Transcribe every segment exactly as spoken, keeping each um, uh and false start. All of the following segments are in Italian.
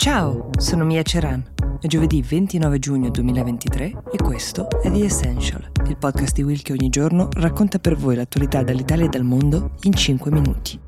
Ciao, sono Mia Ceran. È giovedì ventinove giugno duemilaventitré e questo è The Essential, il podcast di Will che ogni giorno racconta per voi l'attualità dall'Italia e dal mondo in cinque minuti.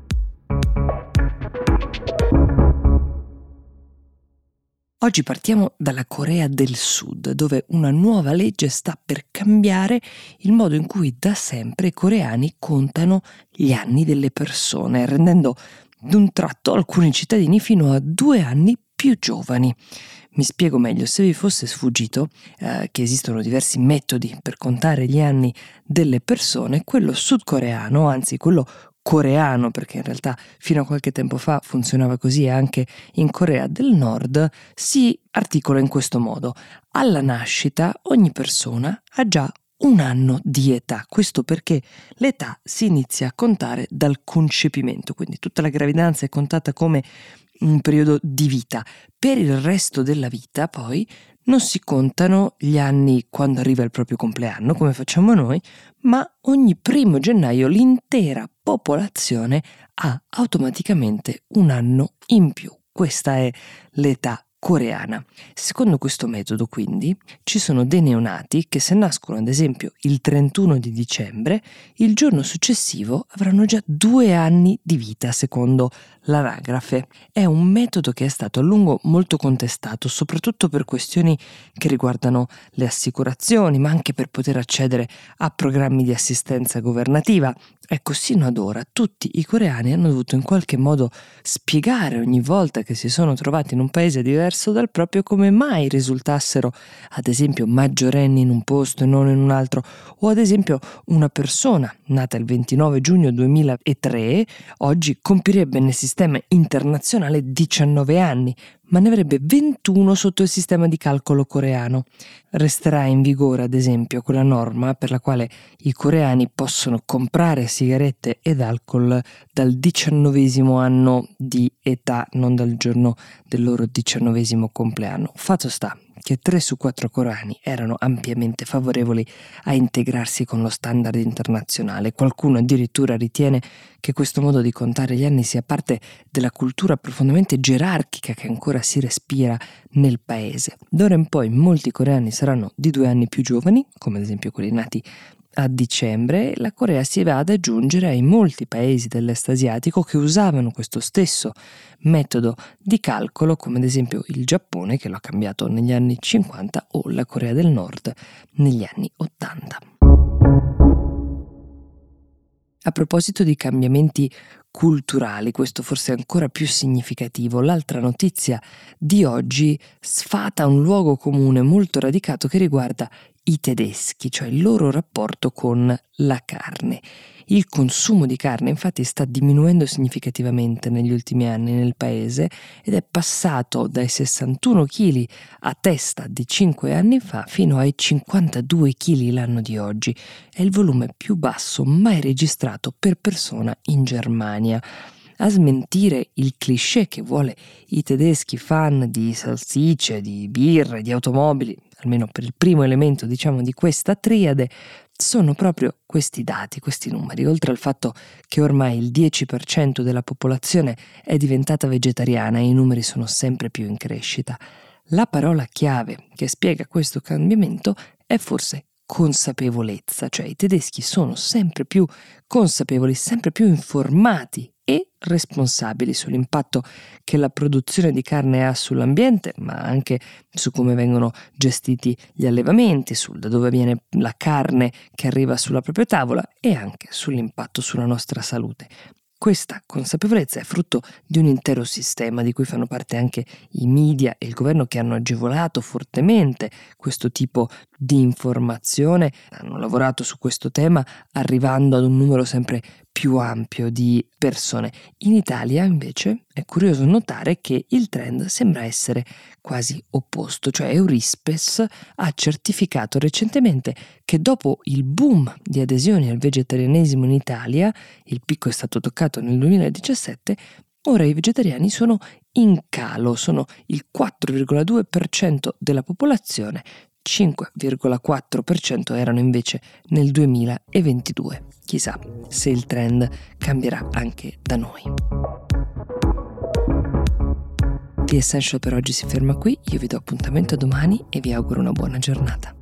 Oggi partiamo dalla Corea del Sud, dove una nuova legge sta per cambiare il modo in cui da sempre i coreani contano gli anni delle persone, rendendo d'un tratto alcuni cittadini fino a due anni più giovani. Mi spiego meglio: se vi fosse sfuggito eh, che esistono diversi metodi per contare gli anni delle persone, quello sudcoreano, anzi quello coreano, perché in realtà fino a qualche tempo fa funzionava così anche in Corea del Nord, si articola in questo modo: alla nascita ogni persona ha già un anno di età. Questo perché l'età si inizia a contare dal concepimento, quindi tutta la gravidanza è contata come un periodo di vita. Per il resto della vita poi non si contano gli anni quando arriva il proprio compleanno, come facciamo noi, ma ogni primo gennaio l'intera popolazione ha automaticamente un anno in più. Questa è l'età coreana. Secondo questo metodo, quindi, ci sono dei neonati che, se nascono ad esempio il trentuno di dicembre, il giorno successivo avranno già due anni di vita, secondo l'anagrafe. È un metodo che è stato a lungo molto contestato, soprattutto per questioni che riguardano le assicurazioni, ma anche per poter accedere a programmi di assistenza governativa. Ecco, sino ad ora tutti i coreani hanno dovuto in qualche modo spiegare ogni volta che si sono trovati in un paese diverso dal proprio come mai risultassero ad esempio maggiorenni in un posto e non in un altro, o ad esempio una persona nata il ventinove giugno duemilatré oggi compirebbe nel sistema internazionale diciannove anni, ma ne avrebbe ventuno sotto il sistema di calcolo coreano. Resterà in vigore ad esempio quella norma per la quale i coreani possono comprare sigarette ed alcol dal diciannovesimo anno di età, non dal giorno del loro diciannovesimo compleanno. Fatto sta che tre su quattro coreani erano ampiamente favorevoli a integrarsi con lo standard internazionale. Qualcuno addirittura ritiene che questo modo di contare gli anni sia parte della cultura profondamente gerarchica che ancora si respira nel paese. D'ora in poi molti coreani saranno di due anni più giovani, come ad esempio quelli nati a dicembre. La Corea si va ad aggiungere ai molti paesi dell'est asiatico che usavano questo stesso metodo di calcolo, come ad esempio il Giappone, che lo ha cambiato negli anni cinquanta, o la Corea del Nord negli anni ottanta. A proposito di cambiamenti culturali, questo forse è ancora più significativo, l'altra notizia di oggi sfata un luogo comune molto radicato che riguarda i tedeschi, cioè il loro rapporto con la carne. Il consumo di carne infatti sta diminuendo significativamente negli ultimi anni nel paese ed è passato dai sessantuno chili a testa di cinque anni fa fino ai cinquantadue chili l'anno di oggi. È il volume più basso mai registrato per persona in Germania. A smentire il cliché che vuole i tedeschi fan di salsicce, di birre, di automobili, almeno per il primo elemento diciamo di questa triade, sono proprio questi dati, questi numeri. Oltre al fatto che ormai il dieci per cento della popolazione è diventata vegetariana e i numeri sono sempre più in crescita. La parola chiave che spiega questo cambiamento è forse consapevolezza, cioè i tedeschi sono sempre più consapevoli, sempre più informati e responsabili sull'impatto che la produzione di carne ha sull'ambiente, ma anche su come vengono gestiti gli allevamenti, sul da dove viene la carne che arriva sulla propria tavola e anche sull'impatto sulla nostra salute. Questa consapevolezza è frutto di un intero sistema di cui fanno parte anche i media e il governo, che hanno agevolato fortemente questo tipo di informazione, hanno lavorato su questo tema arrivando ad un numero sempre più ampio di persone. In Italia invece è curioso notare che il trend sembra essere quasi opposto, cioè Eurispes ha certificato recentemente che dopo il boom di adesioni al vegetarianesimo in Italia, il picco è stato toccato nel duemiladiciassette, ora i vegetariani sono in calo, sono il quattro virgola due per cento della popolazione, cinque virgola quattro per cento erano invece nel duemilaventidue. Chissà se il trend cambierà anche da noi. The Essential per oggi si ferma qui, io vi do appuntamento domani e vi auguro una buona giornata.